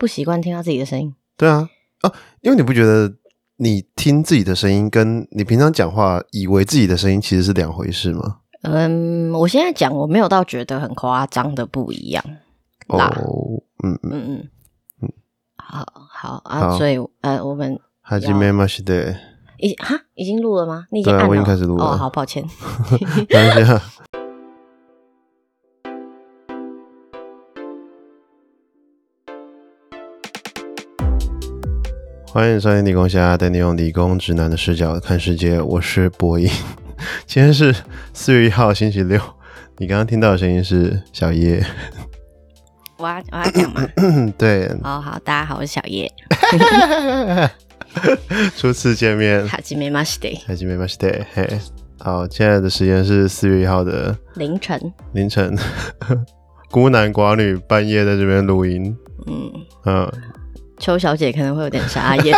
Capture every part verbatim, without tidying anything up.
不习惯听到自己的声音。 对啊，哦，因为你不觉得你听自己的声音跟你平常讲话以为自己的声音其实是两回事吗？ 嗯，我现在讲我没有到觉得很夸张的不一样啦。 哦，嗯嗯嗯嗯，好好啊， 好所以呃，我们はじめまして。 已哈已经录了吗？你已经按了？ 对啊，我已经开始录了。 哦，好抱歉。 等一下。欢迎收听理工侠，带你用理工直男的视角看世界。我是博音，今天是四月一号星期六。你刚刚听到的声音是小叶。 我要我要讲吗？ 对。 哦，好，大家好，我是小叶。 初次见面。 はじめまして。 はじめまして。嘿，好，现在的时间是四月一号的凌晨。 凌晨，孤男寡女半夜在这边录音。嗯嗯。 邱小姐可能会有点傻眼。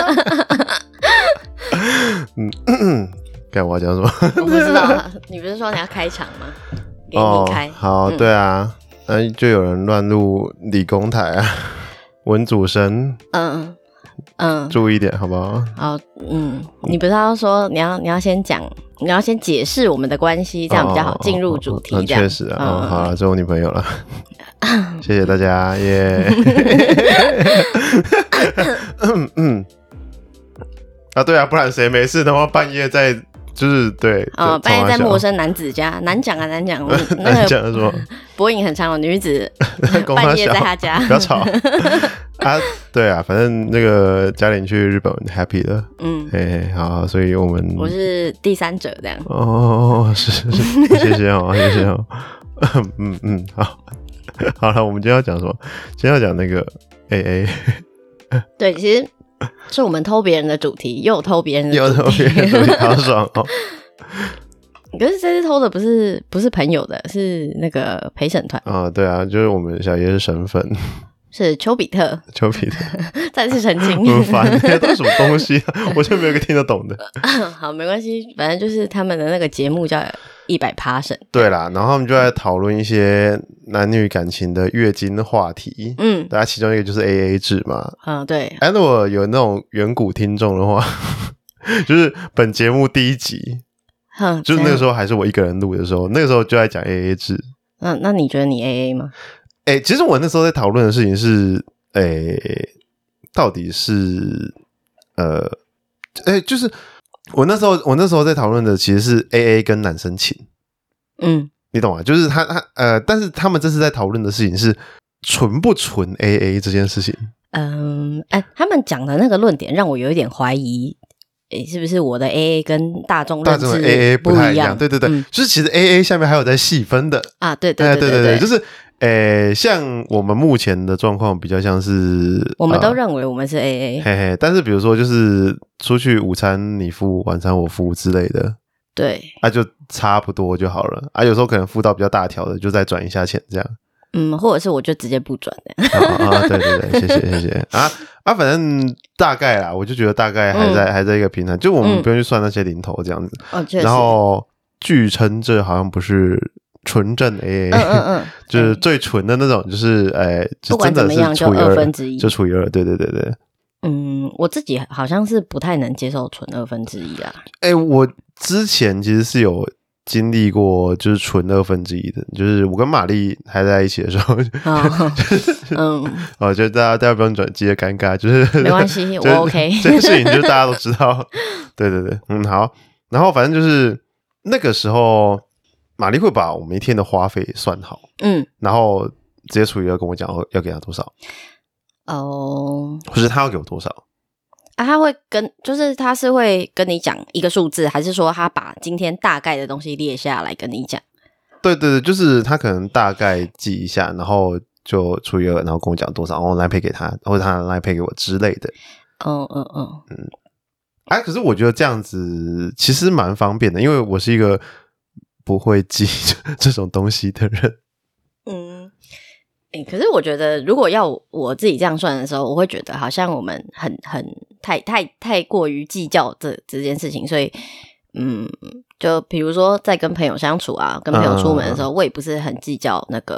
嗯，干我要讲什么？ 我不知道，你不是说你要开场吗？给你开。 哦、好、嗯，对啊，呃，就有人乱录理工台啊，文主生，嗯嗯，注意一点好不好？ 好，嗯，你不是要说你要你要先讲，你要先解释我们的关系，这样比较好进入主题。这样确、哦哦哦、实啊， 嗯、 哦，好了，做我女朋友了。谢谢大家，耶、yeah 嗯嗯，啊，对啊，不然谁没事的话半夜在就是对， 哦，半夜在陌生男子家，难讲啊，难讲。 难讲什么？ 博影很长的女子半夜在他家， 不要吵啊！对啊，反正那个嘉玲去日本 happy 了，嗯，嘿，好，所以我们我是第三者这样。 哦，是是是，谢谢哦，谢谢哦，嗯嗯，好。好了，我们今天要讲什么？今天要讲那个 A A。 对，其实是我们偷别人的主题，又偷别人的主题， 又偷别人的主题，好爽哦！ 可是这次偷的不是不是朋友的，是那个陪审团啊、哦。对啊，就是我们小爷是神粉， 是丘比特。 丘比特， 再次澄清， 很烦，这是什么东西、啊？我就没有一个听得懂的。 好，没关系，反正就是他们的那个节目叫一百 passion。 对啦，然后他们就在讨论一些男女感情的月经话题。嗯，大家其中一个就是 A A 制嘛。 嗯，对。 哎，如果有那种远古听众的话，就是本节目第一集，嗯，就是那个时候还是我一个人录的时候，那个时候就在讲 A A 制。 嗯，那你觉得你 A A 吗？ 哎、欸，其实我那时候在讨论的事情是，哎、欸，到底是，呃，哎、欸，就是我那时候我那时候在讨论的其实是 A A 跟男生情，嗯，你懂吗？就是他他呃，但是他们这次在讨论的事情是纯不纯 A A 这件事情。 嗯，哎、欸，他们讲的那个论点让我有一点怀疑。欸、是不是我的 A A 跟大众认知大众的 A A 不太一样？对对对，嗯、就是其实 A A 下面还有在细分的啊，对对对对 对, 对, 对, 对，就是诶、欸，像我们目前的状况比较像是， 我们都认为我们是 A A，、 呃、嘿嘿，但是比如说就是出去午餐你付，晚餐我付之类的， 对， 啊就差不多就好了，啊有时候可能付到比较大条的，就再转一下钱这样。 嗯，或者是我就直接不转的。 啊, 啊，对对对，谢谢谢谢啊啊，反正大概啦，我就觉得大概还在、嗯、还在一个平台，就我们不用去算那些零头这样子。 哦，确实。 然后据称这好像不是纯正 A A， 嗯嗯嗯， 就是最纯的那种，就是诶， 不管怎么样就二分之一， 就除以二，对对对对。 嗯，我自己好像是不太能接受纯二分之一啦。 诶，我之前其实是有经历过就是纯二分之一的，就是我跟玛丽还在一起的时候，哦就是嗯，哦，就大家大家不用转接尴尬，就是没关系，我 OK。 这件事情就是大家都知道，对对对，嗯，好，然后反正就是那个时候，玛丽会把我们一天的花费算好，嗯，然后直接除以二跟我讲要给他多少，哦，或是他要给我多少。 啊，他会跟，就是他是会跟你讲一个数字，还是说他把今天大概的东西列下来跟你讲？ 对对对，就是他可能大概记一下，然后就除以二，然后跟我讲多少，然后 Line Pay 给他，或者他 Line Pay 给我之类的。嗯嗯嗯嗯。哎，可是我觉得这样子其实蛮方便的，因为我是一个不会记这种东西的人。嗯。 欸、可是我觉得如果要我自己这样算的时候，我会觉得好像我们很很太太太过于计较这这件事情，所以嗯，就比如说在跟朋友相处啊，跟朋友出门的时候，嗯、我也不是很计较那个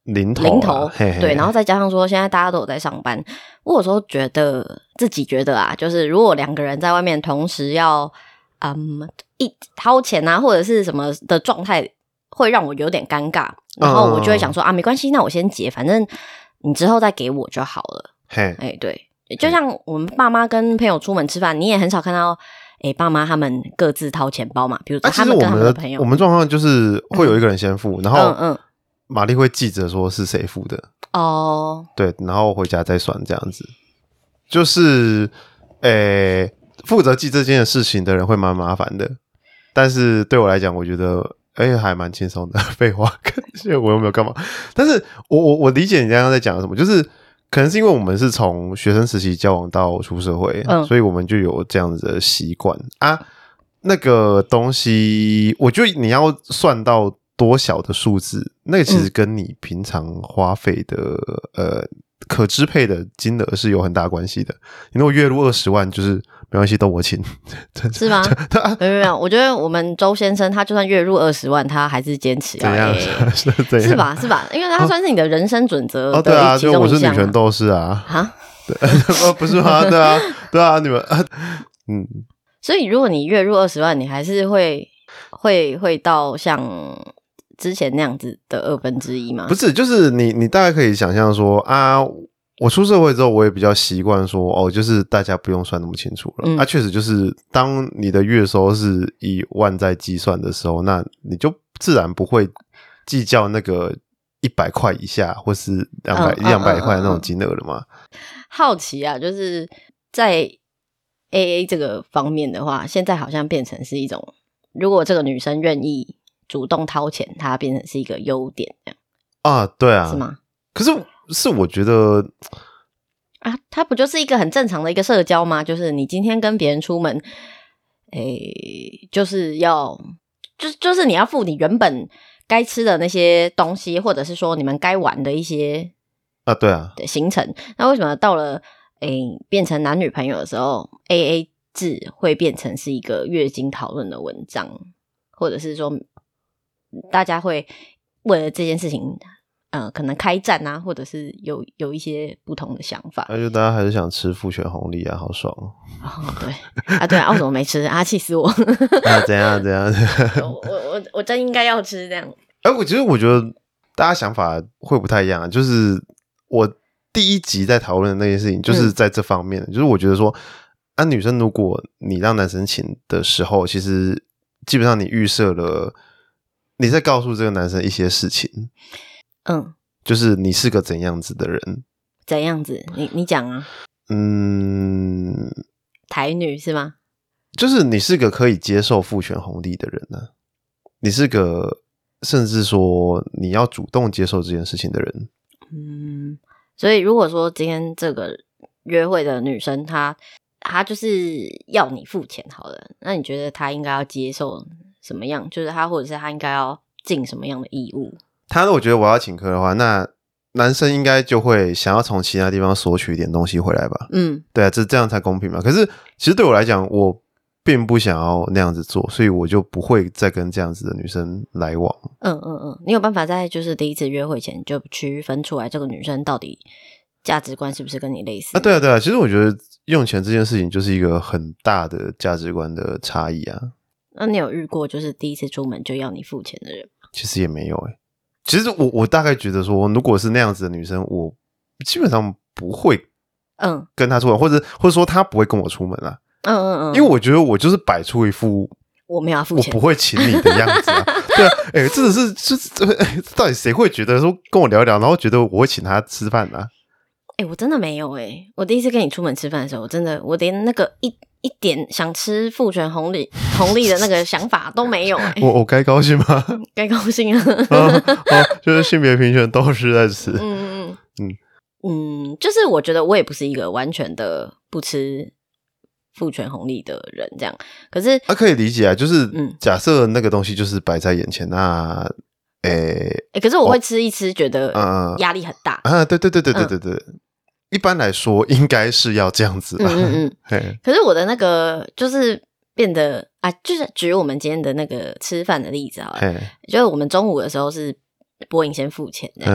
零头零头， 嘿嘿对，然后再加上说现在大家都有在上班，我有时候觉得自己觉得啊，就是如果两个人在外面同时要嗯一掏钱啊或者是什么的状态，会让我有点尴尬，然后我就会想说、嗯、啊没关系，那我先结，反正你之后再给我就好了。哎、欸，对，就像我们爸妈跟朋友出门吃饭，你也很少看到哎、欸、爸妈他们各自掏钱包嘛，比如说他们跟他们的朋友， 啊、我们状况就是会有一个人先付，嗯、然后嗯嗯。 玛丽会记着说是谁付的哦， oh. 对，然后回家再算这样子，就是诶，负责记这件事情的人会蛮麻烦的，但是对我来讲，我觉得诶还蛮轻松的。废话，因为我又没有干嘛，但是我我我理解你刚刚在讲什么，就是可能是因为我们是从学生时期交往到出社会，嗯、所以我们就有这样子的习惯啊。那个东西，我觉得你要算到多小的数字，那个其实跟你平常花费的、嗯、呃可支配的金额是有很大关系的。你如果月入二十万，就是没关系，都我请， 是吗？没有没有，我觉得我们周先生他就算月入二十万，他还是坚持要 A A， 是怎样？ 是吧？是吧？因为他算是你的人生准则的、啊哦。对啊， 就我是女权斗士啊。 啊？ 对，不是吗？对啊，对啊，你们嗯。 所以如果你月入二十万，你还是会会会到像之前那样子的二分之一吗？ 不是，就是你你大概可以想象说啊，我出社会之后，我也比较习惯说哦，就是大家不用算那么清楚了。嗯、啊，确实就是当你的月收是以万在计算的时候，那你就自然不会计较那个一百块以下或是两百两百块那种金额了嘛。 好奇啊，就是在A A 这个方面的话，现在好像变成是一种，如果这个女生愿意主动掏钱，它变成是一个优点这样啊，对啊， 是吗？ 可是是我觉得啊，它不就是一个很正常的一个社交吗？就是你今天跟别人出门，诶，就是要就就是你要付你原本该吃的那些东西，或者是说你们该玩的一些啊，对啊的行程。那为什么到了诶变成男女朋友的时候 ，A A 制会变成是一个月经讨论的文章，或者是说大家会为了这件事情，呃，可能开战啊，或者是有有一些不同的想法。 那就大家还是想吃父权红利啊，好爽哦！ 哦，对啊，对啊，为什么没吃啊？气死我！ 啊，怎样怎样？ 我我我真应该要吃这样。 哎、欸，我其实我觉得大家想法会不太一样，就是我第一集在讨论的那件事情，就是在这方面，嗯、就是我觉得说，啊，女生如果你让男生请的时候，其实基本上你预设了你在告诉这个男生一些事情， 嗯， 就是你是个怎样子的人， 怎样子？你你讲啊， 嗯， 台女是吗？ 就是你是个可以接受父权红利的人呢、啊，你是个甚至说你要主动接受这件事情的人， 嗯，所以如果说今天这个约会的女生她她就是要你付钱好了，那你觉得她应该要接受什么样？就是她或者是她应该要尽什么样的义务？ 他如果觉得我要请客的话，那男生应该就会想要从其他地方索取一点东西回来吧。嗯，对啊，这这样才公平嘛。可是其实对我来讲，我并不想要那样子做，所以我就不会再跟这样子的女生来往。 嗯嗯嗯，你有办法在就是第一次约会前就区分出来这个女生到底价值观是不是跟你类似？ 啊，对啊对啊，其实我觉得用钱这件事情就是一个很大的价值观的差异啊。 那你有遇过就是第一次出门就要你付钱的人吗？ 其实也没有欸。其实我我大概觉得说，如果是那样子的女生，我基本上不会嗯跟她出门，嗯、或者或者说她不会跟我出门啦。嗯嗯嗯，因为我觉得我就是摆出一副我没有要付钱， 我不会请你的样子啊。对啊，哎、欸，真的是就是欸，到底谁会觉得说跟我聊一聊，然后觉得我会请他吃饭呢、啊？ 哎、欸，我真的没有哎、欸，我第一次跟你出门吃饭的时候，我真的我连那个一。一点想吃父权红利红利的那个想法都没有哎、欸， 我我该高兴吗？ 该高兴啊！ 哦哦，就是性别平权都是在吃，嗯嗯嗯嗯，就是我觉得我也不是一个完全的不吃父权红利的人，这样。可是啊，可以理解啊，就是假设那个东西就是摆在眼前，那诶诶、欸，可是我会吃一吃，觉得压力很大、 嗯、啊！对对对对对对对。嗯，一般来说应该是要这样子吧。 嗯嗯嗯。可是我的那个就是变得啊，就是举我们今天的那个吃饭的例子好了，就是我们中午的时候是波音先付钱的，嗯、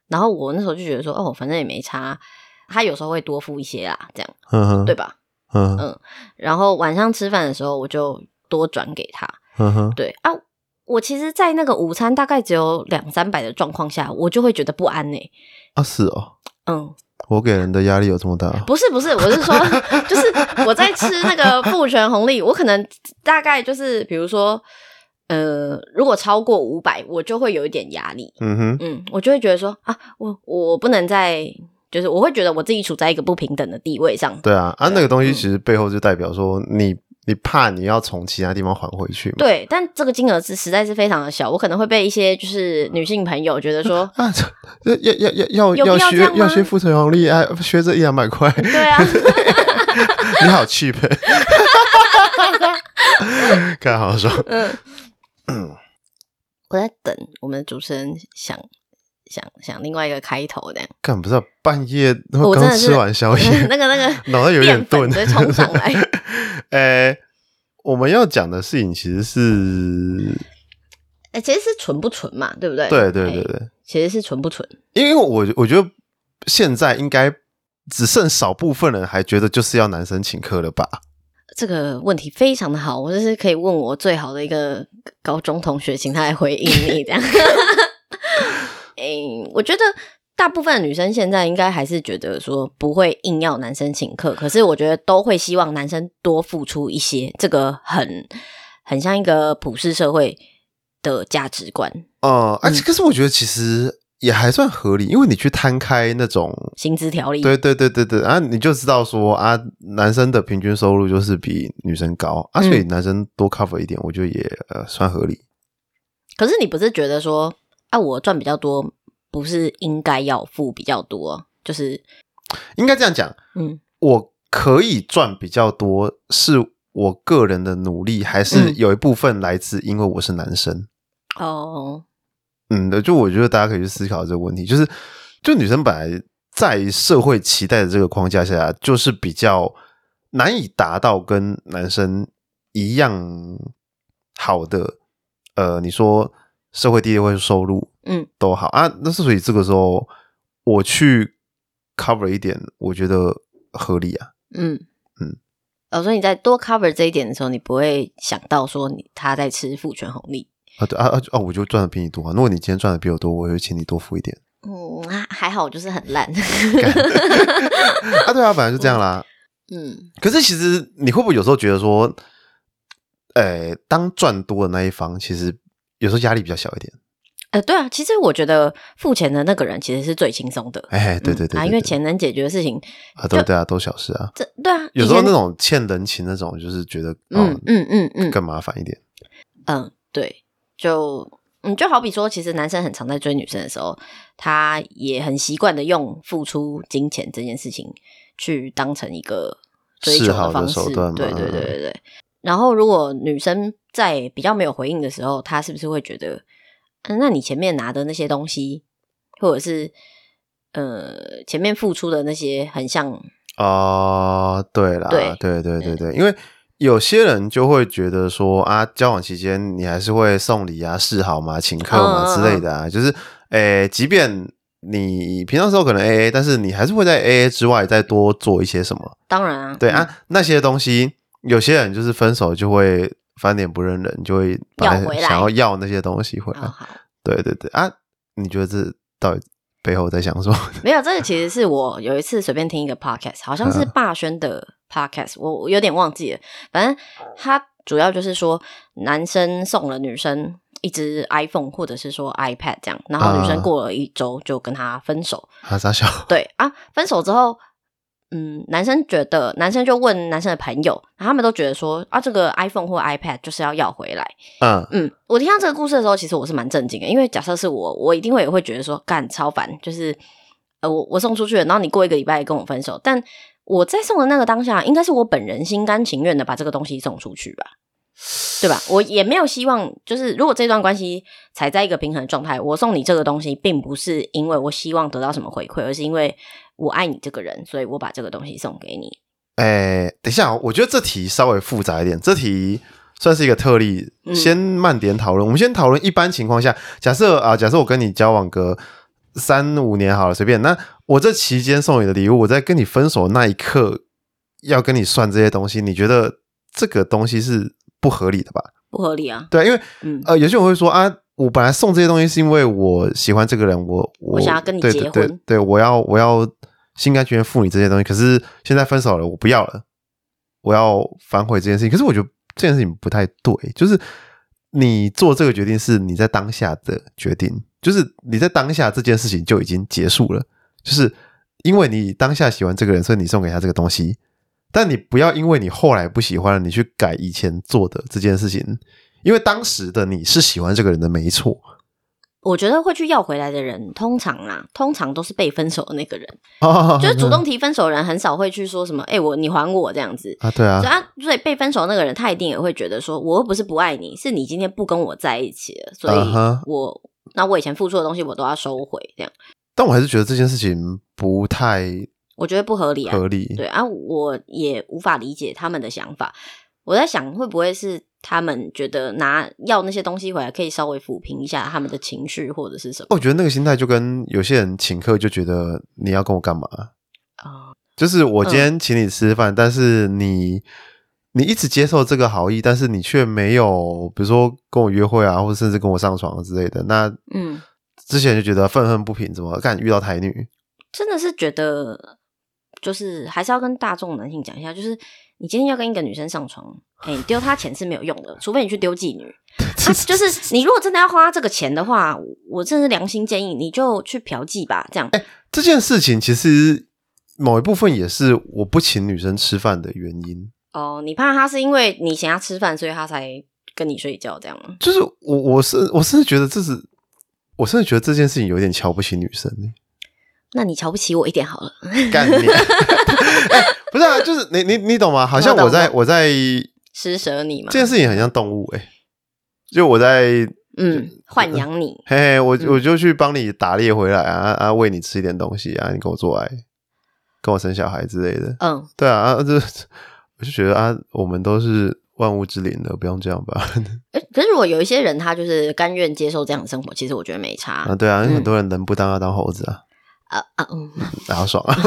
然后我那时候就觉得说，哦，反正也没差，他有时候会多付一些啦，这样， 嗯对吧？ 嗯嗯，然后晚上吃饭的时候，我就多转给他。 嗯对啊，我其实，在那个午餐大概只有两三百的状况下，我就会觉得不安呢、欸。 啊，是哦， 嗯。 我给人的压力有这么大？ 不是不是，我是说，就是我在吃那个父权红利，我可能大概就是比如说，呃，如果超过五百，我就会有一点压力。 嗯哼， 嗯，我就会觉得说啊，我我不能再，就是我会觉得我自己处在一个不平等的地位上。 对啊，啊，那个东西其实背后就代表说你。你怕你要从其他地方还回去吗？ 对，但这个金额是实在是非常的小，我可能会被一些就是女性朋友觉得说啊，要要要要要学要学父权红利啊，学这一两百块， 对啊， 你好 cheap， 看好爽。 嗯，我在等我们的主持人想想想另外一个开头的， 干不知道半夜我刚吃完宵夜， 那个那个脑袋有点钝， 直接冲上来。 呃，我们要讲的事情其实是， 哎、欸，其实是纯不纯嘛，对不对？ 对对对对，欸、 其实是纯不纯。 因为我我觉得现在应该只剩少部分人还觉得就是要男生请客了吧？ 这个问题非常的好，我就是可以问我最好的一个高中同学，请他来回应你这样。哎、欸，我觉得。大部分的女生现在应该还是觉得说不会硬要男生请客，可是我觉得都会希望男生多付出一些，这个很很像一个普世社会的价值观。 哦、呃，啊，可是我觉得其实也还算合理，因为你去摊开那种薪资条例， 对对对对对啊，你就知道说啊，男生的平均收入就是比女生高啊，所以男生多 cover 一点，我觉得也呃算合理。 可是你不是觉得说啊，我赚比较多？不是应该要付比较多，就是应该这样讲。嗯，我可以赚比较多，是我个人的努力，还是有一部分来自因为我是男生？哦，嗯，就我觉得大家可以去思考这个问题，就是就女生本来在社会期待的这个框架下，就是比较难以达到跟男生一样好的，呃，你说社会地位或是收入。嗯，都好啊。那是所以这个时候我去 cover 一点，我觉得合理啊。嗯嗯， 哦，所以你在多 cover 这一点的时候，你不会想到说你他在吃父权红利啊？对啊啊啊！我就赚的比你多啊。如果你今天赚的比我多，我会请你多付一点。 嗯，还好，我就是很烂。 啊，对啊，本来就这样啦。嗯，可是其实你会不会有时候觉得说，呃，当赚多的那一方，其实有时候压力比较小一点？ 呃，对啊，其实我觉得付钱的那个人其实是最轻松的。 哎，对对 对, 对, 对、嗯、 啊，因为钱能解决的事情啊，都对啊，都小事啊。 这对啊， 有时候那种欠人情那种，就是觉得嗯嗯嗯嗯更麻烦一点。 嗯，对，就嗯就好比说，其实男生很常在追女生的时候，他也很习惯的用付出金钱这件事情去当成一个追求的方式， 手段嘛。 对对对对对。然后如果女生在比较没有回应的时候，她是不是会觉得？嗯，那你前面拿的那些东西，或者是呃前面付出的那些，很像啊、呃，对啦，对对对对对，因为有些人就会觉得说啊，交往期间你还是会送礼啊、示好嘛、请客嘛、嗯、之类的啊，就是诶，即便你平常时候可能 A A， 但是你还是会在 A A 之外再多做一些什么。 当然啊， 对、嗯、啊，那些东西有些人就是分手就会。翻脸不认人，就会要回来， 想要要那些东西回来。 哦、好， 对对对啊！你觉得这到底背后在想什么？ 没有，这个其实是我有一次随便听一个 podcast， 好像是霸轩的 podcast，、嗯、我我有点忘记了。反正他主要就是说，男生送了女生一只 iPhone 或者是说 iPad 这样，然后女生过了一周就跟他分手。 啊，傻笑。 对啊，分手之后。嗯，男生觉得，男生就问男生的朋友，然后他们都觉得说啊，这个 iPhone 或 iPad 就是要要回来。嗯嗯，我听到这个故事的时候，其实我是蛮震惊的，因为假设是我，我一定会也会觉得说，干超烦，就是呃，我我送出去了，然后你过一个礼拜跟我分手，但我在送的那个当下，应该是我本人心甘情愿的把这个东西送出去吧，对吧？我也没有希望，就是如果这段关系才在一个平衡的状态，我送你这个东西，并不是因为我希望得到什么回馈，而是因为。我爱你这个人，所以我把这个东西送给你。 诶，等一下，我觉得这题稍微复杂一点，这题算是一个特例，嗯、先慢点讨论。我们先讨论一般情况下，假设啊，假设我跟你交往个三五年好了，随便。那我这期间送你的礼物，我在跟你分手那一刻要跟你算这些东西，你觉得这个东西是不合理的吧？ 不合理啊。 对，因为、 嗯、 呃，有些人会说啊，我本来送这些东西是因为我喜欢这个人，我我我想要跟你结婚， 对对对，对我要我要心甘情愿付你这些东西，可是现在分手了，我不要了，我要反悔这件事情。可是我觉得这件事情不太对，就是你做这个决定是你在当下的决定，就是你在当下这件事情就已经结束了，就是因为你当下喜欢这个人，所以你送给他这个东西，但你不要因为你后来不喜欢了，你去改以前做的这件事情，因为当时的你是喜欢这个人的没错。 我觉得会去要回来的人，通常啦，通常都是被分手的那个人， 哦、 就是主动提分手的人，很少会去说什么，哎、欸，我你还我这样子啊，对啊， 所以他所以被分手的那个人，他一定也会觉得说，我又不是不爱你，是你今天不跟我在一起了，所以我、uh-huh. 那我以前付出的东西我都要收回，这样。 但我还是觉得这件事情不太， 我觉得不合理啊， 合理， 对啊，我也无法理解他们的想法。我在想，会不会是他们觉得拿要那些东西回来，可以稍微抚平一下他们的情绪，或者是什么？ 我觉得那个心态就跟有些人请客就觉得你要跟我干嘛啊、uh, 就是我今天请你吃饭、嗯，但是你你一直接受这个好意，但是你却没有，比如说跟我约会啊，或者甚至跟我上床之类的，那嗯，之前就觉得愤恨不平，怎么干遇到台女？ 真的是觉得，就是还是要跟大众男性讲一下，就是你今天要跟一个女生上床，哎、欸，你丢她钱是没有用的，除非你去丢妓女。啊、就是你如果真的要花这个钱的话，我真是良心建议，你就去嫖妓吧。这样， 哎、欸，这件事情其实某一部分也是我不请女生吃饭的原因。 哦，你怕她是因为你请她吃饭，所以她才跟你睡觉这样吗？ 就是我，我是我甚至觉得这是，我甚至觉得这件事情有点瞧不起女生。 那你瞧不起我一点好了。 干你、欸！不是啊，就是你你你懂吗？好像我在我在施舍你嘛。 这件事情很像动物哎、欸，就我在嗯豢养你， 嘿嘿，我、嗯、我就去帮你打猎回来啊啊，喂你吃一点东西啊，你跟我做爱，跟我生小孩之类的。嗯，对啊啊，这我就觉得啊，我们都是万物之灵的，不用这样吧。 欸、可是如果有一些人他就是甘愿接受这样的生活，其实我觉得没差啊。对啊，因为很多人人不当要当猴子啊。 啊啊嗯， 好爽啊！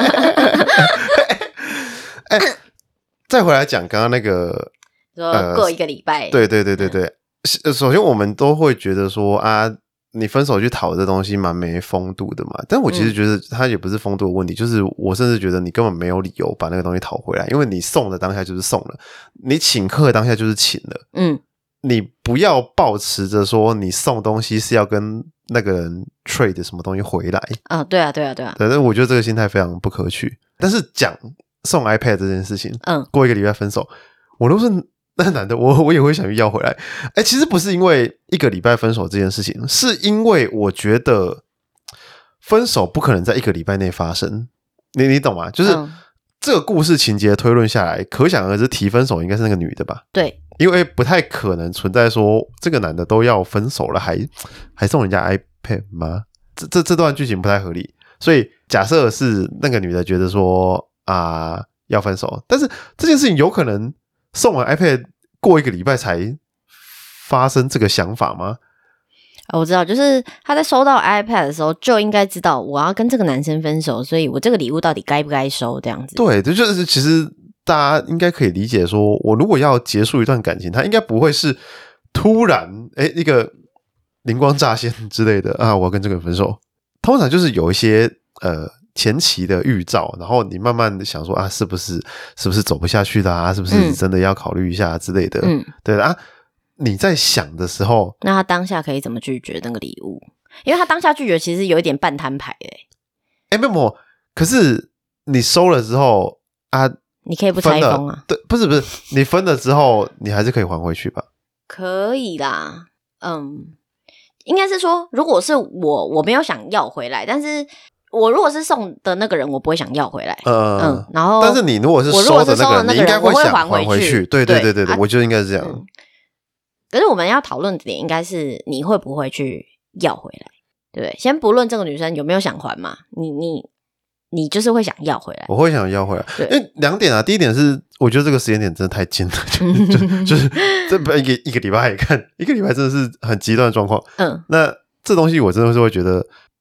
哎、欸，再回来讲刚刚那个， 说过一个礼拜、 呃，对对对对对、嗯。首先，我们都会觉得说啊，你分手去讨这东西蛮没风度的嘛。但我其实觉得它也不是风度的问题，嗯、就是我甚至觉得你根本没有理由把那个东西讨回来，因为你送的当下就是送了，你请客的当下就是请了。嗯，你不要抱持着说你送东西是要跟那个人 trade 什么东西回来啊？对啊，对啊，对啊。 对，但我觉得这个心态非常不可取。但是讲送 iPad 这件事情，嗯，过一个礼拜分手，我都是那男的，我我也会想去要回来。哎，其实不是因为一个礼拜分手这件事情，是因为我觉得分手不可能在一个礼拜内发生。你你懂吗？就是、嗯、这个故事情节推论下来，可想而知提分手应该是那个女的吧？对。因为不太可能存在说这个男的都要分手了还还送人家 iPad 吗？这这这段剧情不太合理，所以假设是那个女的觉得说啊、呃、要分手，但是这件事情有可能送完 iPad 过一个礼拜才发生这个想法吗？ 我知道，就是他在收到 iPad 的时候就应该知道我要跟这个男生分手，所以我这个礼物到底该不该收这样子。对， 这就是其实大家应该可以理解说，我如果要结束一段感情，他应该不会是突然诶一个灵光乍现之类的啊，我要跟这个人分手。通常就是有一些呃前期的预兆，然后你慢慢的想说啊，是不是是不是走不下去的啊，是不是真的要考虑一下之类的。嗯，对啊，你在想的时候， 那他当下可以怎么拒绝那个礼物？因为他当下拒绝其实有一点半摊牌诶。 诶，没有，可是你收了之后啊。 你可以不拆封啊？ 对，不是不是，你分了之后，你还是可以还回去吧？ 可以啦，嗯，应该是说，如果是我，我没有想要回来，但是我如果是送的那个人，我不会想要回来。嗯嗯，然后， 但是你如果是收的那个人，你应该会想还回去。对对对对对， 啊、 我觉得应该是这样、嗯。 可是我们要讨论的点应该是你会不会去要回来，对不对？先不论这个女生有没有想还嘛，你你。你就是会想要回来， 我会想要回来，因为两点啊。第一点是，我觉得这个时间点真的太近了，就就就是这一个一个礼拜看，一个礼拜真的是很极端的状况。嗯，那这东西我真的是会觉得，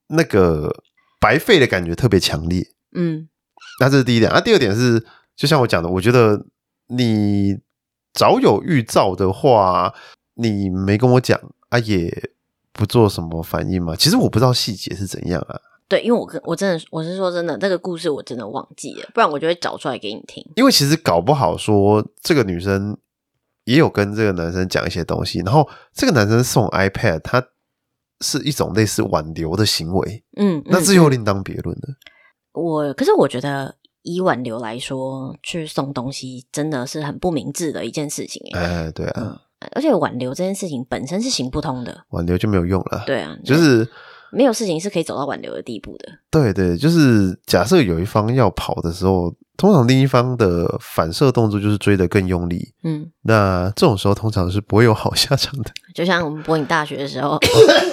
那个白费的感觉特别强烈。 嗯， 那这是第一点。啊，第二点是，就像我讲的，我觉得你早有预兆的话，你没跟我讲啊，也不做什么反应嘛。其实我不知道细节是怎样啊。 对，因为我我真的我是说真的，这个故事我真的忘记了，不然我就会找出来给你听。 因为其实搞不好说这个女生也有跟这个男生讲一些东西，然后这个男生送 iPad， 他是一种类似挽留的行为， 嗯， 那这又另当别论了。 我可是我觉得以挽留来说，去送东西真的是很不明智的一件事情。 哎，对啊、 嗯，而且挽留这件事情本身是行不通的， 挽留就没有用了。 对啊， 就是没有事情是可以走到挽留的地步的。 对对，就是假设有一方要跑的时候，通常另一方的反射动作就是追得更用力。 嗯， 那这种时候通常是不会有好下场的。 就像我们播影大学的时候，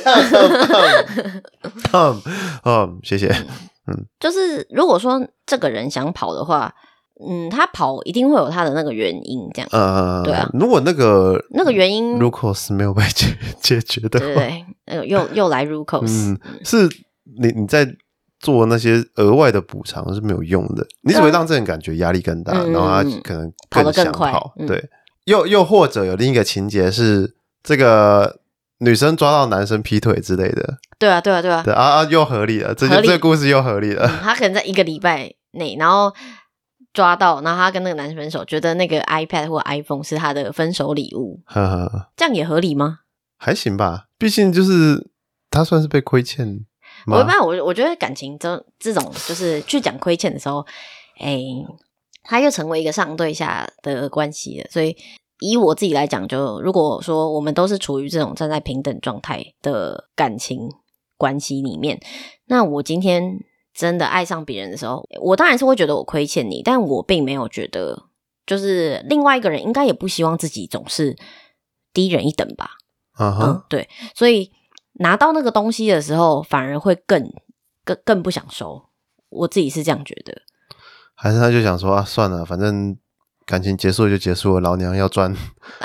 嗯嗯，谢谢。嗯， 就是如果说这个人想跑的话，嗯，他跑一定会有他的那个原因，这样。 呃， 对啊， 如果那个那个原因 Rucos 没有被解解决的话， 对对对，呃，又又来 Rucos， 嗯，是你你在做那些额外的补偿是没有用的，你只会让这人感觉压力更大， 嗯、 然后他可能跑得更想快。 跑， 嗯、 对，又又或者有另一个情节是这个女生抓到男生劈腿之类的， 对啊，对啊，对啊， 对啊啊，又合理了，这就这个故事又合理了、 嗯。他可能在一个礼拜内，然后抓到，然后他跟那个男生分手，觉得那个 iPad 或 iPhone 是他的分手礼物， 呵呵， 这样也合理吗？ 还行吧，毕竟就是他算是被亏欠。 我一般我我觉得感情这这种就是去讲亏欠的时候，哎，他又成为一个上对下的关系了。所以以我自己来讲，就如果说我们都是处于这种站在平等状态的感情关系里面，那我今天真的爱上别人的时候，我当然是会觉得我亏欠你，但我并没有觉得，就是另外一个人应该也不希望自己总是低人一等吧。 Uh huh. 嗯，对，所以拿到那个东西的时候，反而会更更更不想收。我自己是这样觉得。 还是他就想说啊，算了，反正感情结束了就结束了，老娘要赚，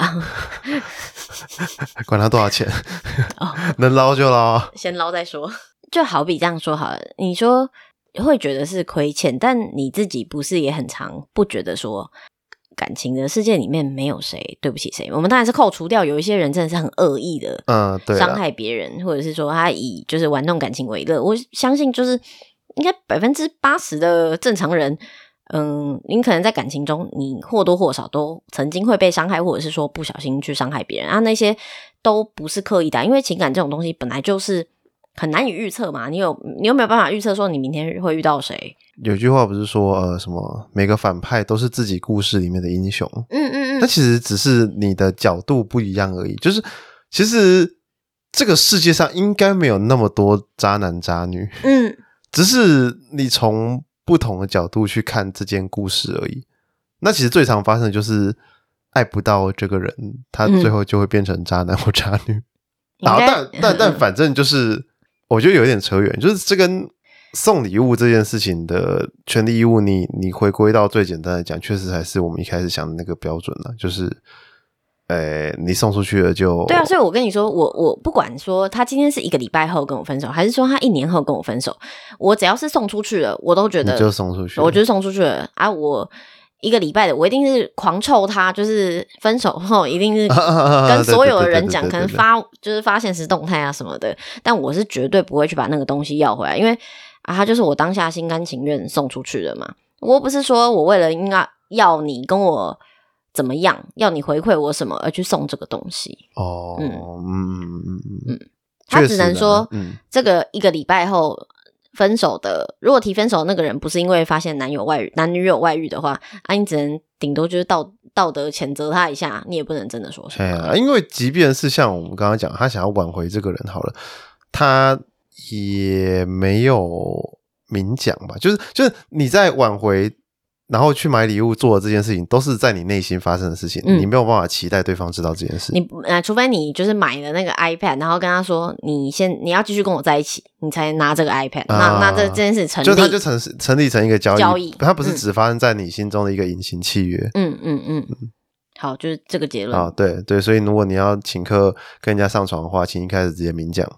管他多少钱，哦、能捞就捞， 先捞再说。就好比这样说好了，你说会觉得是亏欠，但你自己不是也很常不觉得说感情的世界里面没有谁对不起谁？我们当然是扣除掉有一些人真的是很恶意的， 嗯，对， 伤害别人，或者是说他以就是玩弄感情为乐。我相信就是应该百分之八十的正常人，嗯，你可能在感情中，你或多或少都曾经会被伤害，或者是说不小心去伤害别人啊，那些都不是刻意的，因为情感这种东西本来就是很难以预测嘛。你有你有没有办法预测说你明天会遇到谁？ 有句话不是说呃什么每个反派都是自己故事里面的英雄， 嗯嗯嗯， 那其实只是你的角度不一样而已。就是其实这个世界上应该没有那么多渣男渣女， 嗯， 只是你从不同的角度去看这件故事而已。那其实最常发生的就是爱不到这个人，他最后就会变成渣男或渣女。 嗯、 然后但但但反正就是我觉得有点扯远，就是这跟送礼物这件事情的权利义务，你你回归到最简单的讲，确实还是我们一开始想的那个标准了，就是呃，你送出去了就对啊，所以我跟你说，我我不管说他今天是一个礼拜后跟我分手，还是说他一年后跟我分手，我只要是送出去了，我都觉得你就送出去了， 我就送出去了啊！我一个礼拜的，我一定是狂臭他，就是分手后一定是跟所有的人讲，可能发就是发现实动态啊什么的，但我是绝对不会去把那个东西要回来，因为啊，他就是我当下心甘情愿送出去的嘛。我不是说我为了应该要你跟我怎么样，要你回馈我什么而去送这个东西。 哦，嗯嗯嗯嗯， 他只能说， 嗯， 这个一个礼拜后分手的，如果提分手的那个人不是因为发现男友外遇、男女友外遇的话，啊，你只能顶多就是道道德谴责他一下，你也不能真的说什么。 哎呀，因为即便是像我们刚刚讲，他想要挽回这个人好了，他也没有明讲吧，就是就是你在挽回然后去买礼物做的这件事情，都是在你内心发生的事情，嗯、你没有办法期待对方知道这件事。 你呃，除非你就是买了那个 iPad， 然后跟他说你先你要继续跟我在一起，你才拿这个 iPad，、啊、那那这这件事成立， 就它就成成立成一个交易， 交易它不是只发生在你心中的一个隐形契约。 嗯嗯嗯，嗯好，就是这个结论。 啊，对对，所以如果你要请客跟人家上床的话，请一开始直接明讲。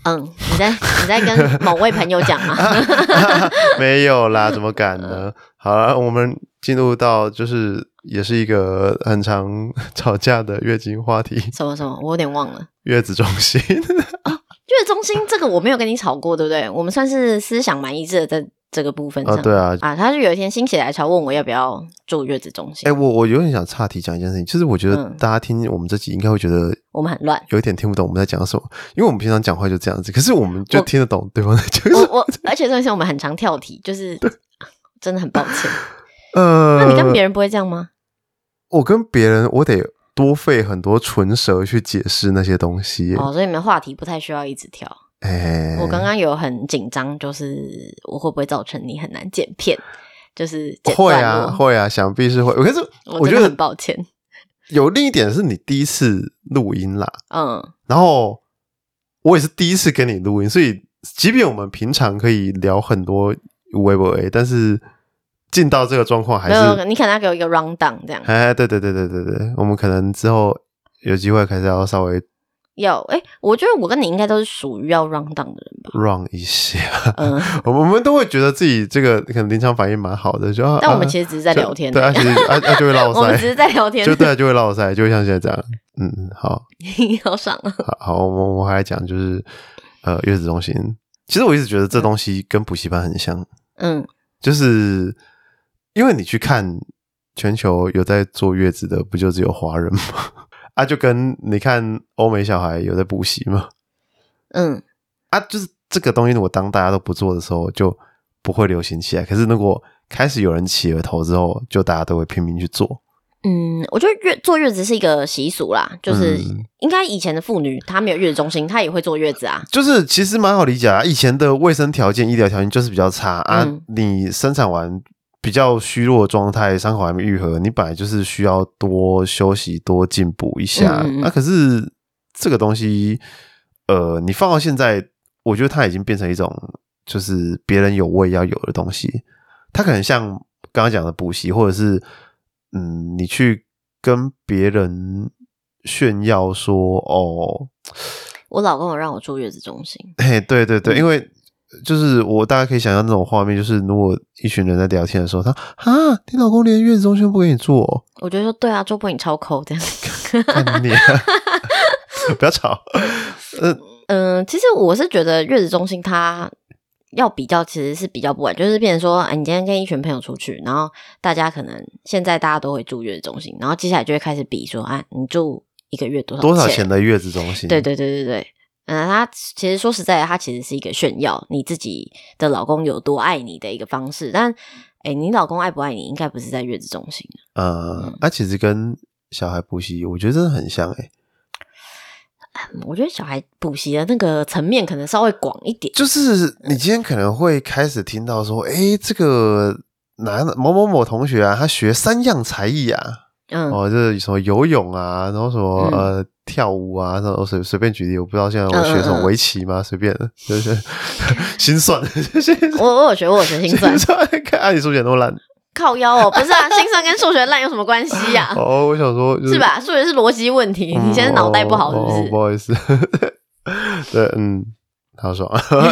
嗯，你在你在跟某位朋友讲吗？ 没有啦，怎么敢呢？好了，我们进入到就是也是一个很常吵架的月经话题。 什么什么？我有点忘了。 月子中心哦，月子中心这个我没有跟你吵过，对不对？我们算是思想蛮一致的，在这个部分上。 啊，对啊， 啊，他就有一天心血来潮问我要不要住月子中心。 哎、欸，我我有点想岔题讲一件事情，就是我觉得大家听我们这集应该会觉得我们很乱， 有一点听不懂我们在讲什么，因为我们平常讲话就这样子，可是我们就听得懂对方在讲什么。 我我，而且这些我们很常跳题，就是真的很抱歉。 呃， 那你跟别人不会这样吗？ 我跟别人我得多费很多唇舌去解释那些东西。 哦，所以你们话题不太需要一直跳。 欸、 我刚刚有很紧张，就是我会不会造成你很难剪片？就是剪会啊，会啊，想必是会。可是我觉得很抱歉。 有另一点是你第一次录音啦， 嗯，然后我也是第一次跟你录音，所以即便我们平常可以聊很多微博 A， 但是进到这个状况还是你可能要给我一个 round down 这样。 哎，对对对对对对，我们可能之后有机会还是要稍微。 要哎、欸，我觉得我跟你应该都是属于要 run down 的人吧 ，run 一下。 嗯， 我们我们都会觉得自己这个可能临场反应蛮好的，就但我们其实只是在聊天、欸。 对啊，其实啊啊就会落塞。 我们只是在聊天， 就对啊，就会落塞，就会像现在这样。嗯，好， 好爽啊！ 好，好，我我还来讲就是呃月子中心。其实我一直觉得这东西跟补习班很像。嗯，就是因为你去看全球有在坐月子的，不就只有华人吗？啊，就跟你看欧美小孩有在补习嘛，嗯，啊，就是这个东西，如果当大家都不做的时候，就不会流行起来。可是如果开始有人起了头之后，就大家都会拼命去做。 嗯，我觉得月坐月子是一个习俗啦，就是应该以前的妇女她没有月子中心，她也会坐月子啊。 就是其实蛮好理解啊，以前的卫生条件、医疗条件就是比较差啊，嗯、你生产完。比较虚弱的状态，伤口还没愈合，你本来就是需要多休息、多进补一下。嗯嗯啊，可是这个东西，呃，你放到现在，我觉得它已经变成一种就是别人有我也要有的东西。它可能像刚刚讲的补习，或者是嗯，你去跟别人炫耀说哦， 我老公有让我住月子中心。 嘿，对对对，嗯、因为。就是我大概可以想象那种画面，就是如果一群人在聊天的时候，他啊，你老公连月子中心不给你做、哦， 我觉得说对啊，周波你超抠这样， 干你、啊，不要吵。 嗯、呃、嗯，其实我是觉得月子中心它要比较，其实是比较不完，就是变成说，哎，你今天跟一群朋友出去，然后大家可能现在大家都会住月子中心，然后接下来就会开始比说，啊，你住一个月多少钱？ 多少钱的月子中心？ 对对对对对。嗯，他其实说实在的，他其实是一个炫耀你自己的老公有多爱你的一个方式。但，哎，你老公爱不爱你，应该不是在月子中心。 呃，嗯，啊，其实跟小孩补习，我觉得真的很像哎、 欸。我觉得小孩补习的那个层面可能稍微广一点。 就是你今天可能会开始听到说，哎，这个哪某某某同学啊，他学三样才艺啊。嗯，哦，就是什么游泳啊，然后什么、嗯、呃跳舞啊，然后随随便举例，我不知道现在我学什么围棋吗？随便的，就是心算。 我我有学，我有学心算。 心算，看啊，你数学那么烂， 靠腰哦，不是啊，心算跟数学烂有什么关系呀、啊？ 哦，我想说、就是， 是吧？数学是逻辑问题，嗯、你现在脑袋不好是不是？ 哦、不好意思，对，嗯，好爽。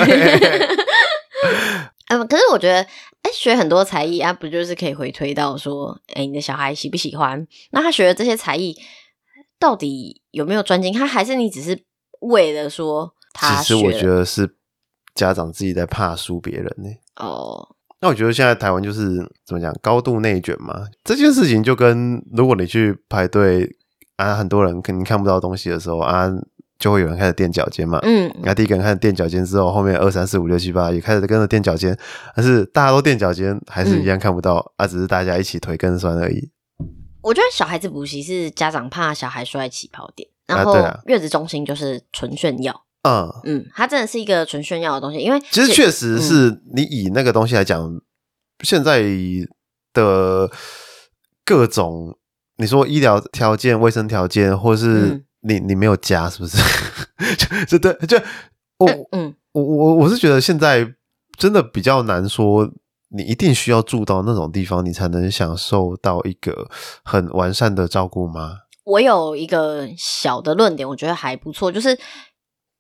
嗯，可是我觉得，哎，学很多才艺啊，不就是可以回推到说，哎，你的小孩喜不喜欢？那他学的这些才艺，到底有没有专精？他还是你只是为了说他学？ 其实我觉得是家长自己在怕输别人呢、欸。哦，那我觉得现在台湾就是怎么讲，高度内卷嘛。这件事情就跟如果你去排队啊，很多人肯定看不到东西的时候啊。就会有人开始垫脚尖嘛，嗯，然后第一个人开始垫脚尖之后，后面二三四五六七八也开始跟着垫脚尖，但是大家都垫脚尖，还是一样看不到、嗯、啊，只是大家一起腿更酸而已。 我觉得小孩子补习是家长怕小孩摔起跑点，然后月子中心就是纯炫耀，嗯嗯，它真的是一个纯炫耀的东西，因为其实确实是你以那个东西来讲、嗯，现在的各种你说医疗条件、卫生条件，或是、嗯你你没有家是不是？就对，就我嗯，我我我是觉得现在真的比较难说，你一定需要住到那种地方，你才能享受到一个很完善的照顾吗？ 我有一个小的论点，我觉得还不错，就是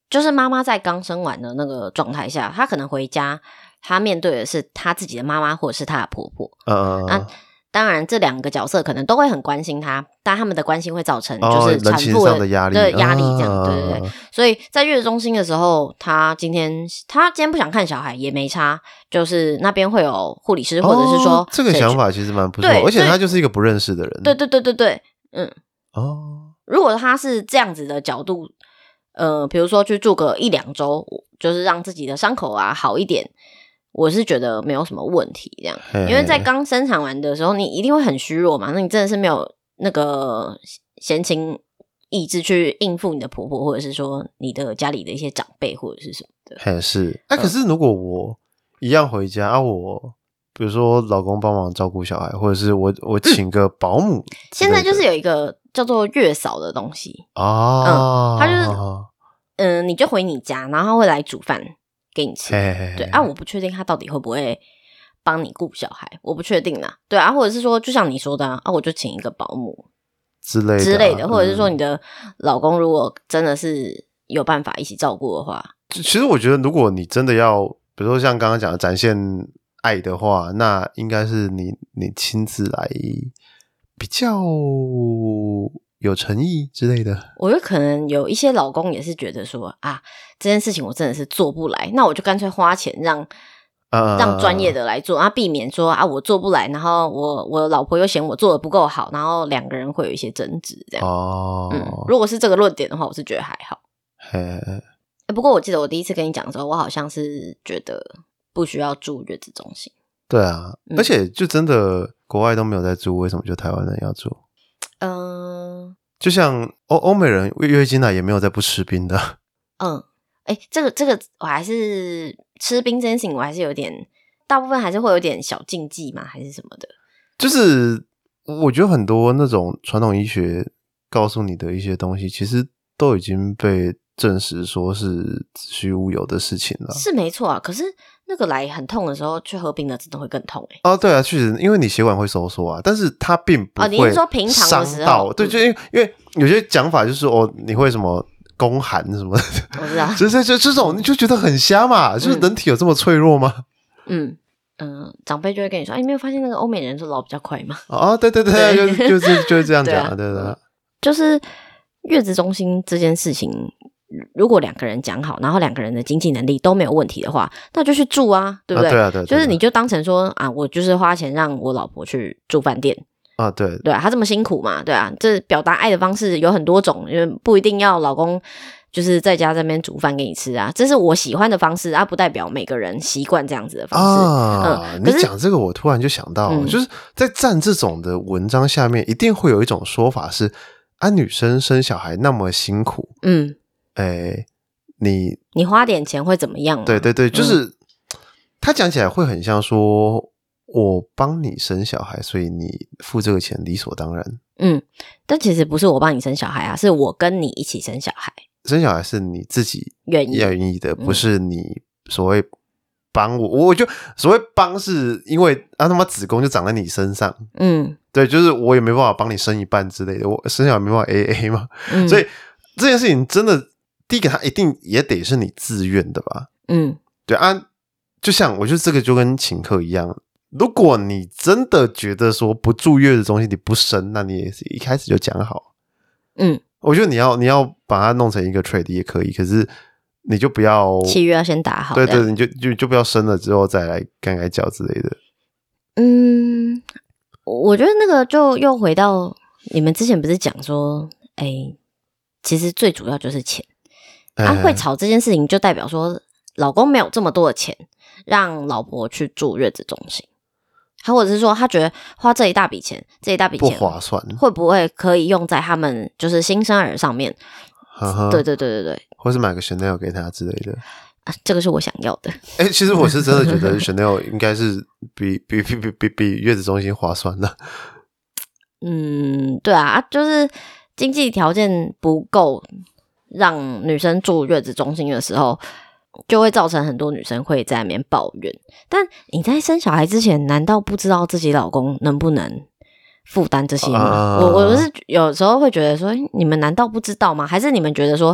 就是妈妈在刚生完的那个状态下，她可能回家，她面对的是她自己的妈妈或者是她的婆婆。 嗯、 啊，当然这两个角色可能都会很关心她，但他们的关心会造成就是产妇的,、哦、上的压力， 对压力这样， 啊、 对对对。所以在月子中心的时候，她今天她今天不想看小孩也没差，就是那边会有护理师，或者是说、 哦、这个想法其实蛮不错，而且他就是一个不认识的人。 对对对对对，嗯， 哦， 如果他是这样子的角度。呃，比如说去住个一两周，就是让自己的伤口啊好一点，我是觉得没有什么问题这样。 嘿嘿因为在刚生产完的时候，你一定会很虚弱嘛，那你真的是没有那个闲情逸致去应付你的婆婆，或者是说你的家里的一些长辈或者是什么的。 嘿是，哎、啊，可是如果我一样回家、嗯、啊，我比如说老公帮忙照顾小孩，或者是我我请个保姆、嗯， 现在就是有一个叫做月嫂的东西哦， 嗯，他就是嗯、呃，你就回你家，然后他会来煮饭给你吃。 嘿嘿嘿对啊，我不确定他到底会不会帮你顾小孩，我不确定啦。对啊，或者是说，就像你说的 啊, 啊，我就请一个保姆之类的、啊、 之类的，或者是说你的老公如果真的是有办法一起照顾的话， 其实我觉得，如果你真的要，比如说像刚刚讲的展现爱的话，那应该是你你亲自来比较有诚意之类的。 我觉得可能有一些老公也是觉得说啊，这件事情我真的是做不来，那我就干脆花钱让、uh, 让专业的来做，啊，避免说啊我做不来，然后我我老婆又嫌我做的不够好，然后两个人会有一些争执这样。哦、oh. 嗯，如果是这个论点的话，我是觉得还好。 嘿、 欸，不过我记得我第一次跟你讲的时候，我好像是觉得不需要住月子中心。 对啊、嗯，而且就真的国外都没有在住，为什么就台湾人要住？嗯、呃，就像欧欧美人月经来也没有在不吃冰的。 嗯，哎、欸，这个这个我还是吃冰这件事情，我还是有点，大部分还是会有点小禁忌嘛，还是什么的。 就是我觉得很多那种传统医学告诉你的一些东西，其实都已经被证实说是子虚乌有的事情了。 是没错啊，可是那个来很痛的时候去喝冰的真的会更痛欸。 哦，对啊，确实，因为你血管会收缩啊，但是它并不会哦，你是说平常的时候？ 对，就因为因为有些讲法就是哦，你会什么宫寒什么的， 我知道， 就是就这种你就觉得很瞎嘛，就是人体有这么脆弱吗？ 嗯嗯、呃，长辈就会跟你说，哎，你没有发现那个欧美人是老比较快吗？ 哦，对对对，对就就是就是这样讲、啊，对对对， 就是月子中心这件事情。如果两个人讲好，然后两个人的经济能力都没有问题的话，那就去住啊，对不对？ 啊对啊，对啊， 就是你就当成说啊，我就是花钱让我老婆去住饭店啊，对对啊，她这么辛苦嘛，对啊，这表达爱的方式有很多种，因为不一定要老公就是在家这边煮饭给你吃啊，这是我喜欢的方式啊，不代表每个人习惯这样子的方式啊。嗯、你讲这个，我突然就想到，嗯、就是在站这种的文章下面，一定会有一种说法是，啊，女生生小孩那么辛苦，嗯。诶，你你花点钱会怎么样吗？ 对对对，就是、嗯、他讲起来会很像说，我帮你生小孩，所以你付这个钱理所当然。嗯， 但其实不是我帮你生小孩啊，是我跟你一起生小孩。 生小孩是你自己愿意愿意的，不是你所谓帮我。我就所谓帮，是因为啊他妈子宫就长在你身上。嗯，对，就是我也没办法帮你生一半之类的，我生小孩没办法 A A 嘛，嗯、所以这件事情真的。第一个，他一定也得是你自愿的吧？嗯，对啊，就像我觉得这个就跟请客一样，如果你真的觉得说不住月子中心你不生，那你也是一开始就讲好。嗯，我觉得你要你要把它弄成一个 trade 也可以，可是你就不要契约要先打好， 对对，你就就就不要生了之后再来干干叫之类的。 嗯，我觉得那个就又回到你们之前不是讲说，哎，其实最主要就是钱。他、啊、会吵这件事情，就代表说老公没有这么多的钱让老婆去住月子中心，他或者是说他觉得花这一大笔钱，这一大笔钱不划算， 会不会可以用在他们就是新生儿上面？呵呵对对对对对， 或是买个 Chanel 给他之类的。 啊，这个是我想要的。 哎、欸，其实我是真的觉得 Chanel 应该是比比比比比比月子中心划算的。 嗯，对啊，就是经济条件不够。让女生住月子中心的时候，就会造成很多女生会在那边抱怨。但你在生小孩之前，难道不知道自己老公能不能负担这些吗？ uh... 我我是有时候会觉得说，你们难道不知道吗？还是你们觉得说，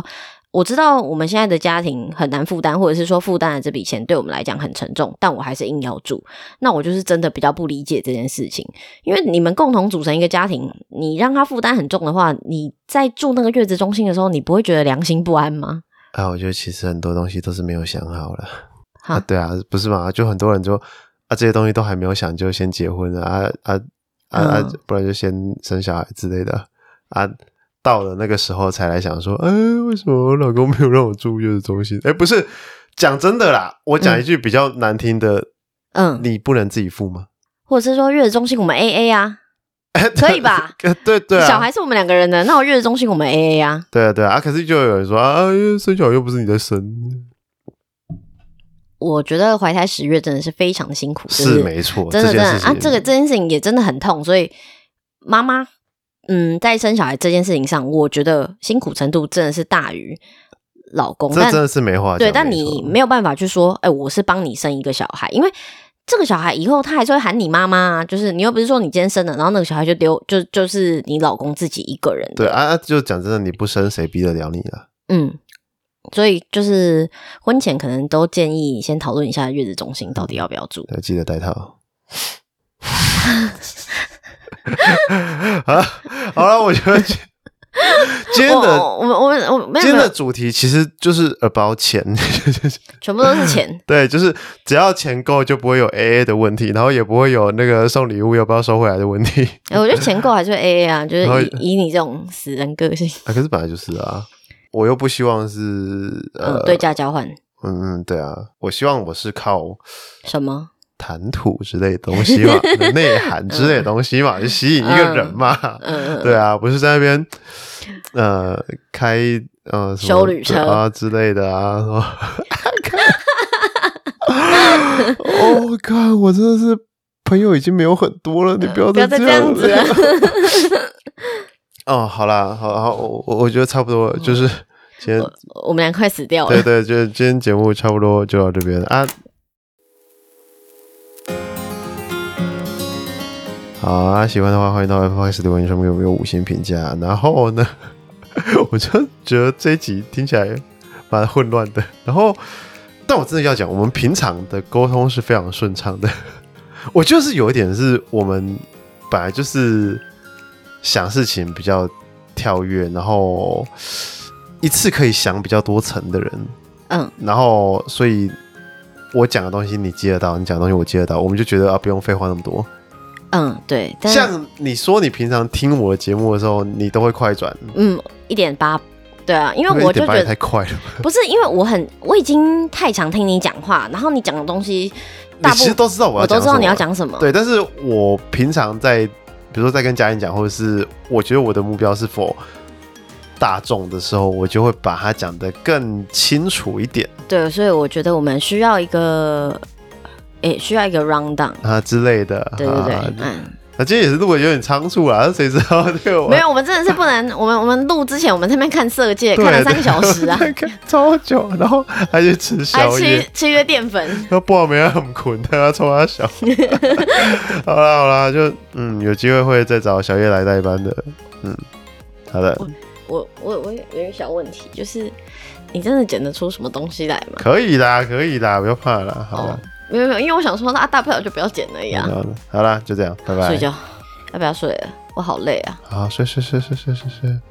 我知道我们现在的家庭很难负担，或者是说负担的这笔钱对我们来讲很沉重，但我还是硬要住。那我就是真的比较不理解这件事情，因为你们共同组成一个家庭，你让他负担很重的话，你在住那个月子中心的时候，你不会觉得良心不安吗？ 啊，我觉得其实很多东西都是没有想好了啊，对啊，不是嘛？就很多人就啊，这些东西都还没有想，就先结婚了啊啊啊啊、嗯，不然就先生小孩之类的啊。到了那个时候才来想说，哎，为什么我老公没有让我住月子中心？哎，不是，讲真的啦，我讲一句比较难听的，嗯，你不能自己付吗？ 或者是说月子中心我们 A A 啊，可以吧？ 对对啊， 小孩是我们两个人的，那我月子中心我们 A A 啊。 对啊对啊，啊可是就有人说啊，生小孩又不是你在生。 我觉得怀胎十月真的是非常的辛苦， 是、 就是、 没错， 真的真的啊，这个这件事情也真的很痛，所以妈妈。嗯，在生小孩这件事情上，我觉得辛苦程度真的是大于老公， 这真的是没话讲。 对，但你没有办法去说，哎、欸，我是帮你生一个小孩，因为这个小孩以后他还是会喊你妈妈啊。就是你又不是说你今天生了，然后那个小孩就丢，就就是你老公自己一个人的。 对啊，就讲真的，你不生谁逼得了你啊？ 嗯，所以就是婚前可能都建议先讨论一下月子中心到底要不要住， 对，记得带套。好，好了，我觉得今天的我们我们我们今天的主题其实就是 about 钱， 全部都是钱。 对，就是只要钱够，就不会有 A A 的问题，然后也不会有那个送礼物要不要收回来的问题。 哎、欸，我觉得钱够还是会 A A 啊，就是以以你这种死人个性啊，可是本来就是啊，我又不希望是呃、 嗯、对价交换。 嗯嗯，对啊，我希望我是靠什么？ 谈吐之类的东西嘛，内涵之类的东西嘛，就吸引一个人嘛。嗯嗯、对啊，不是在那边呃开呃什么休旅车啊之类的啊。哦，看我真的是朋友已经没有很多了，你不要再这样子了。 哦，好啦，好好，我我觉得差不多了，就是今天 我, 我们俩快死掉了。 对对，就今天节目差不多就到这边啊。好啊，喜欢的话欢迎到 Apple Podcast 留言上面有没有五星评价。然后呢，我就觉得这一集听起来蛮混乱的。然后，但我真的要讲，我们平常的沟通是非常顺畅的。我就是有一点是我们本来就是想事情比较跳跃，然后一次可以想比较多层的人。嗯，然后所以我讲的东西你接得到，你讲的东西我接得到，我们就觉得啊不用废话那么多。 嗯，对。但像你说，你平常听我的节目的时候，你都会快转。 嗯，一点八，对啊，因为我就觉得太快了。 不是，因为我很，我已经太常听你讲话，然后你讲的东西， 你其实都知道我要讲什么， 我都知道你要讲什么。 对，但是我平常在，比如说在跟家人讲，或者是我觉得我的目标是否大众的时候，我就会把它讲得更清楚一点。 对，所以我觉得我们需要一个。诶，需要一个 round down 啊之类的， 对对对， 啊、 嗯， 那、啊、今天也是录的有点仓促啦，谁知道这个？ 没有，我们真的是不能，我们我们录之前，我们在那边看色戒，看了三个小时啊， 看超久，然后还去吃宵夜， 还吃吃一个淀粉， 然后不好没让他们困，他要冲他小。好啦好啦，就嗯，有机会会再找小叶来代班的，嗯，好的。 我我我有一个小问题，就是你真的剪得出什么东西来吗？ 可以啦，可以啦，不要怕啦，好啦。 哦没有没有，因为我想说，那大不了就不要剪了呀。 好啦，就这样，拜拜。 睡觉，要不要睡了？我好累啊。 好，睡睡睡睡睡睡睡。